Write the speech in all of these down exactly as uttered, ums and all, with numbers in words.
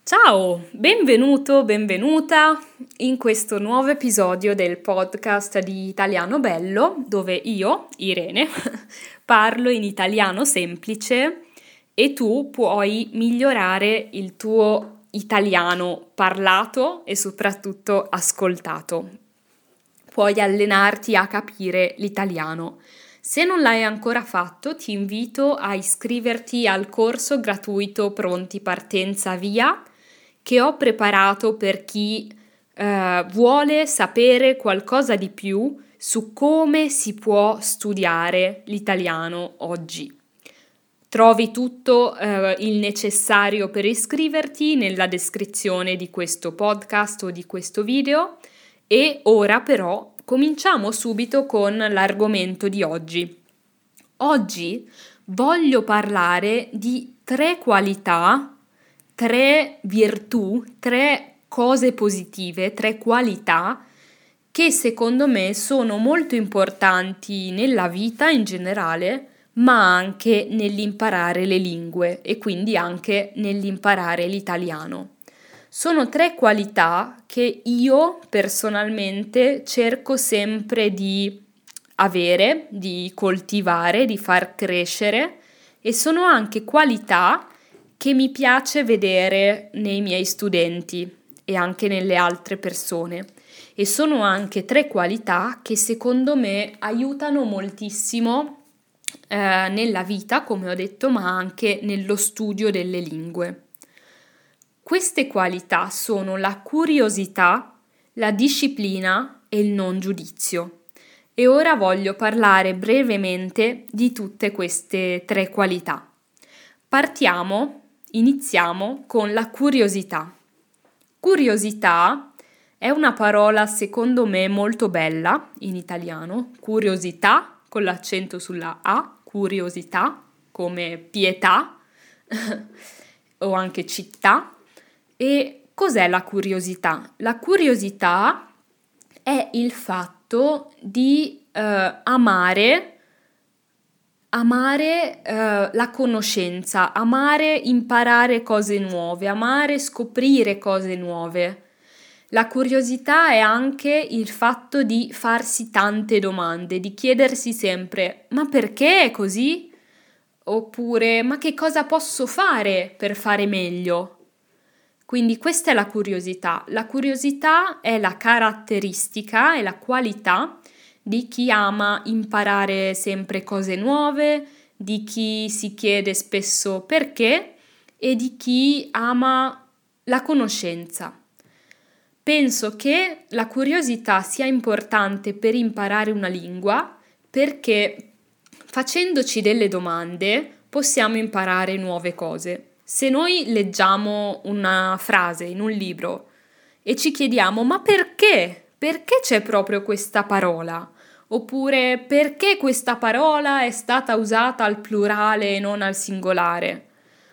Ciao, benvenuto, benvenuta in questo nuovo episodio del podcast di Italiano Bello, dove io, Irene, parlo in italiano semplice e tu puoi migliorare il tuo italiano parlato e soprattutto ascoltato. Puoi allenarti a capire l'italiano. Se non l'hai ancora fatto, ti invito a iscriverti al corso gratuito Pronti Partenza Via che ho preparato per chi eh, vuole sapere qualcosa di più su come si può studiare l'italiano oggi. Trovi tutto eh, il necessario per iscriverti nella descrizione di questo podcast o di questo video e ora però cominciamo subito con l'argomento di oggi. Oggi voglio parlare di tre qualità tre virtù, tre cose positive, tre qualità che secondo me sono molto importanti nella vita in generale, ma anche nell'imparare le lingue e quindi anche nell'imparare l'italiano. Sono tre qualità che io personalmente cerco sempre di avere, di coltivare, di far crescere e sono anche qualità che mi piace vedere nei miei studenti e anche nelle altre persone e sono anche tre qualità che secondo me aiutano moltissimo eh, nella vita, come ho detto, ma anche nello studio delle lingue. Queste qualità sono la curiosità, la disciplina e il non giudizio. E ora voglio parlare brevemente di tutte queste tre qualità. Partiamo Iniziamo con la curiosità. Curiosità è una parola secondo me molto bella in italiano, curiosità con l'accento sulla A, curiosità come pietà o anche città. E cos'è la curiosità? La curiosità è il fatto di eh, amare Amare eh, la conoscenza, amare imparare cose nuove, amare scoprire cose nuove. La curiosità è anche il fatto di farsi tante domande, di chiedersi sempre: ma perché è così? Oppure: ma che cosa posso fare per fare meglio? Quindi questa è la curiosità. La curiosità è la caratteristica e la qualità di chi ama imparare sempre cose nuove, di chi si chiede spesso perché e di chi ama la conoscenza. Penso che la curiosità sia importante per imparare una lingua perché facendoci delle domande possiamo imparare nuove cose. Se noi leggiamo una frase in un libro e ci chiediamo: ma perché? Perché c'è proprio questa parola? Oppure perché questa parola è stata usata al plurale e non al singolare?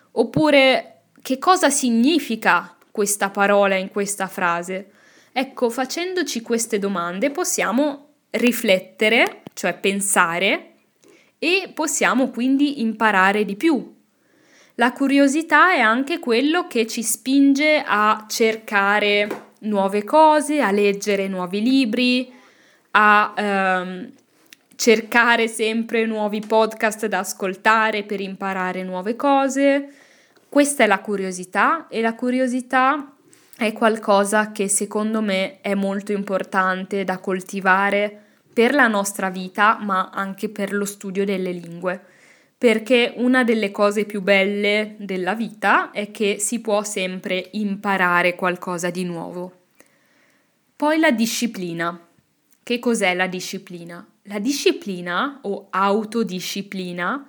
Oppure che cosa significa questa parola in questa frase? Ecco, facendoci queste domande possiamo riflettere, cioè pensare, e possiamo quindi imparare di più. La curiosità è anche quello che ci spinge a cercare nuove cose, a leggere nuovi libri, a ehm, cercare sempre nuovi podcast da ascoltare per imparare nuove cose. Questa è la curiosità e la curiosità è qualcosa che secondo me è molto importante da coltivare per la nostra vita, ma anche per lo studio delle lingue. Perché una delle cose più belle della vita è che si può sempre imparare qualcosa di nuovo. Poi la disciplina. Che cos'è la disciplina? La disciplina o autodisciplina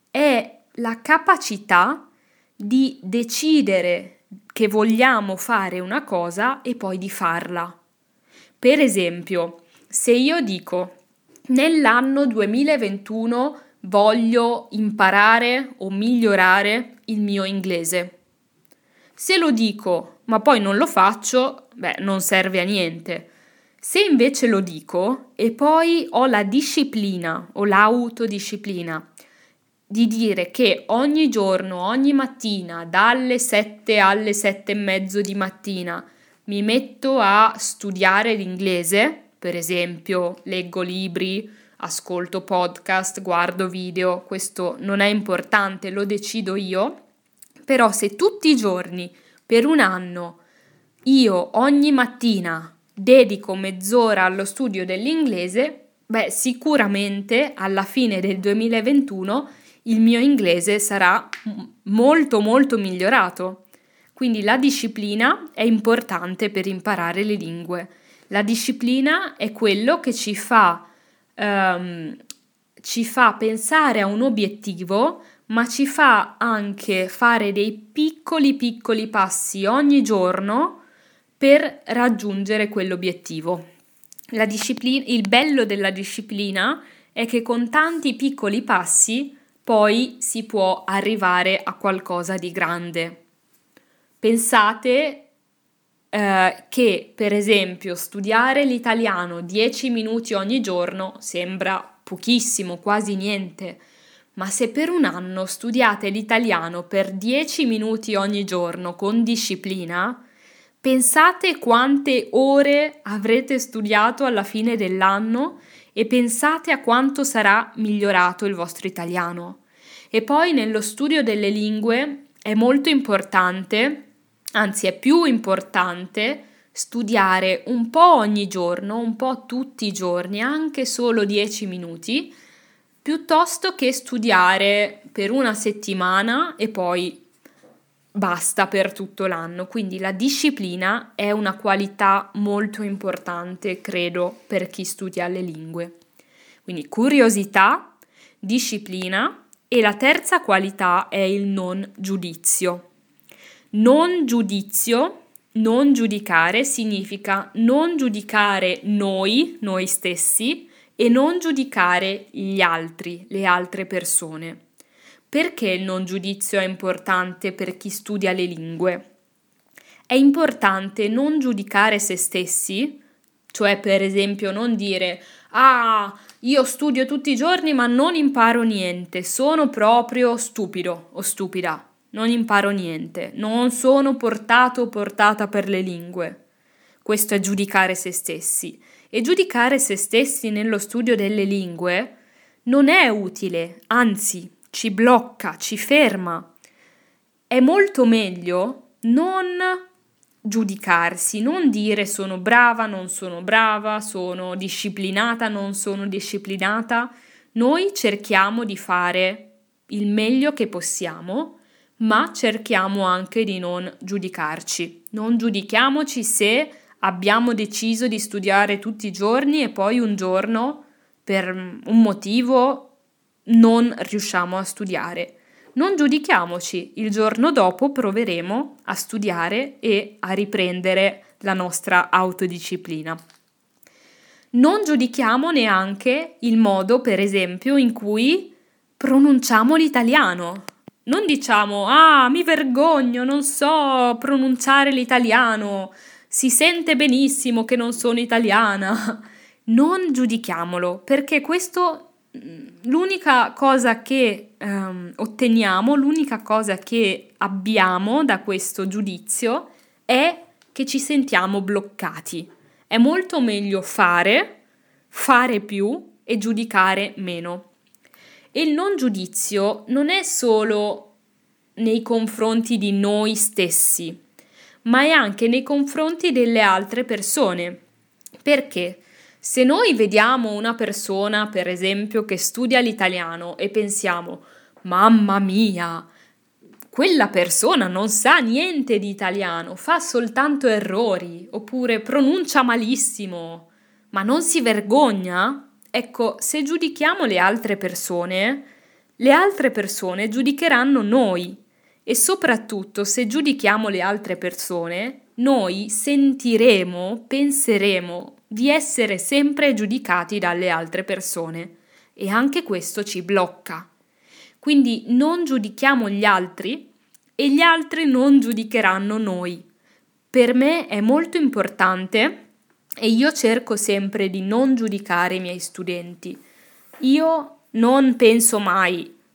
è la capacità di decidere che vogliamo fare una cosa e poi di farla. Per esempio, se io dico nell'anno duemilaventuno voglio imparare o migliorare il mio inglese. Se lo dico, ma poi non lo faccio, beh, non serve a niente. Se invece lo dico e poi ho la disciplina o l'autodisciplina di dire che ogni giorno, ogni mattina, dalle sette alle sette e mezzo di mattina, mi metto a studiare l'inglese, per esempio, leggo libri, ascolto podcast, guardo video, questo non è importante, lo decido io, però se tutti i giorni, per un anno, io ogni mattina dedico mezz'ora allo studio dell'inglese, beh, sicuramente alla fine del duemilaventuno il mio inglese sarà molto molto migliorato. Quindi la disciplina è importante per imparare le lingue. La disciplina è quello che ci fa, um, ci fa pensare a un obiettivo, ma ci fa anche fare dei piccoli piccoli passi ogni giorno per raggiungere quell'obiettivo. La disciplina, il bello della disciplina è che con tanti piccoli passi poi si può arrivare a qualcosa di grande. Pensate eh, che, per esempio, studiare l'italiano dieci minuti ogni giorno sembra pochissimo, quasi niente, ma se per un anno studiate l'italiano per dieci minuti ogni giorno con disciplina, pensate quante ore avrete studiato alla fine dell'anno e pensate a quanto sarà migliorato il vostro italiano. E poi nello studio delle lingue è molto importante, anzi è più importante, studiare un po' ogni giorno, un po' tutti i giorni, anche solo dieci minuti, piuttosto che studiare per una settimana e poi basta per tutto l'anno. Quindi la disciplina è una qualità molto importante, credo, per chi studia le lingue. Quindi curiosità, disciplina e la terza qualità è il non giudizio. Non giudizio, non giudicare significa non giudicare noi, noi stessi, e non giudicare gli altri, le altre persone. Perché il non giudizio è importante per chi studia le lingue? È importante non giudicare se stessi, cioè per esempio non dire «Ah, io studio tutti i giorni ma non imparo niente, sono proprio stupido o stupida, non imparo niente, non sono portato o portata per le lingue». Questo è giudicare se stessi. E giudicare se stessi nello studio delle lingue non è utile, anzi ci blocca, ci ferma. È molto meglio non giudicarsi, non dire sono brava, non sono brava, sono disciplinata, non sono disciplinata. Noi cerchiamo di fare il meglio che possiamo, ma cerchiamo anche di non giudicarci. Non giudichiamoci se abbiamo deciso di studiare tutti i giorni e poi un giorno per un motivo non riusciamo a studiare. Non giudichiamoci, il giorno dopo proveremo a studiare e a riprendere la nostra autodisciplina. Non giudichiamo neanche il modo, per esempio, in cui pronunciamo l'italiano. Non diciamo, ah, mi vergogno, non so pronunciare l'italiano, si sente benissimo che non sono italiana. Non giudichiamolo, perché questo, l'unica cosa che um, otteniamo, l'unica cosa che abbiamo da questo giudizio è che ci sentiamo bloccati. È molto meglio fare, fare più e giudicare meno. E il non giudizio non è solo nei confronti di noi stessi, ma è anche nei confronti delle altre persone. Perché? Se noi vediamo una persona, per esempio, che studia l'italiano e pensiamo, mamma mia, quella persona non sa niente di italiano, fa soltanto errori, oppure pronuncia malissimo, ma non si vergogna? Ecco, se giudichiamo le altre persone, le altre persone giudicheranno noi e soprattutto se giudichiamo le altre persone, noi sentiremo, penseremo di essere sempre giudicati dalle altre persone e anche questo ci blocca. Quindi non giudichiamo gli altri e gli altri non giudicheranno noi. Per me è molto importante e io cerco sempre di non giudicare i miei studenti. Io non penso mai,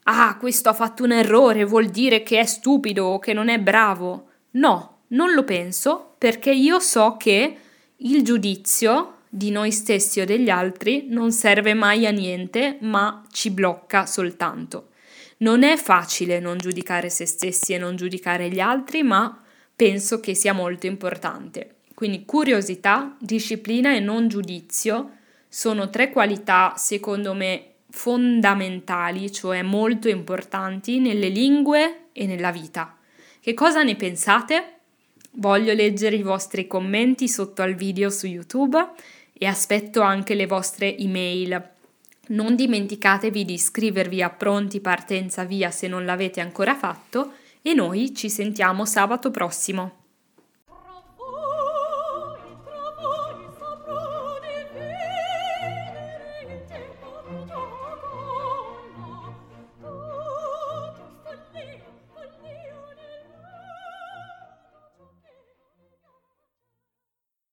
ah, questo ha fatto un errore, vuol dire che è stupido o che non è bravo. No, non lo penso, perché io so che il giudizio di noi stessi o degli altri non serve mai a niente, ma ci blocca soltanto. Non è facile non giudicare se stessi e non giudicare gli altri, ma penso che sia molto importante. Quindi curiosità, disciplina e non giudizio sono tre qualità, secondo me, fondamentali, cioè molto importanti nelle lingue e nella vita. Che cosa ne pensate? Voglio leggere i vostri commenti sotto al video su YouTube e aspetto anche le vostre email. Non dimenticatevi di iscrivervi a Pronti Partenza Via se non l'avete ancora fatto e noi ci sentiamo sabato prossimo.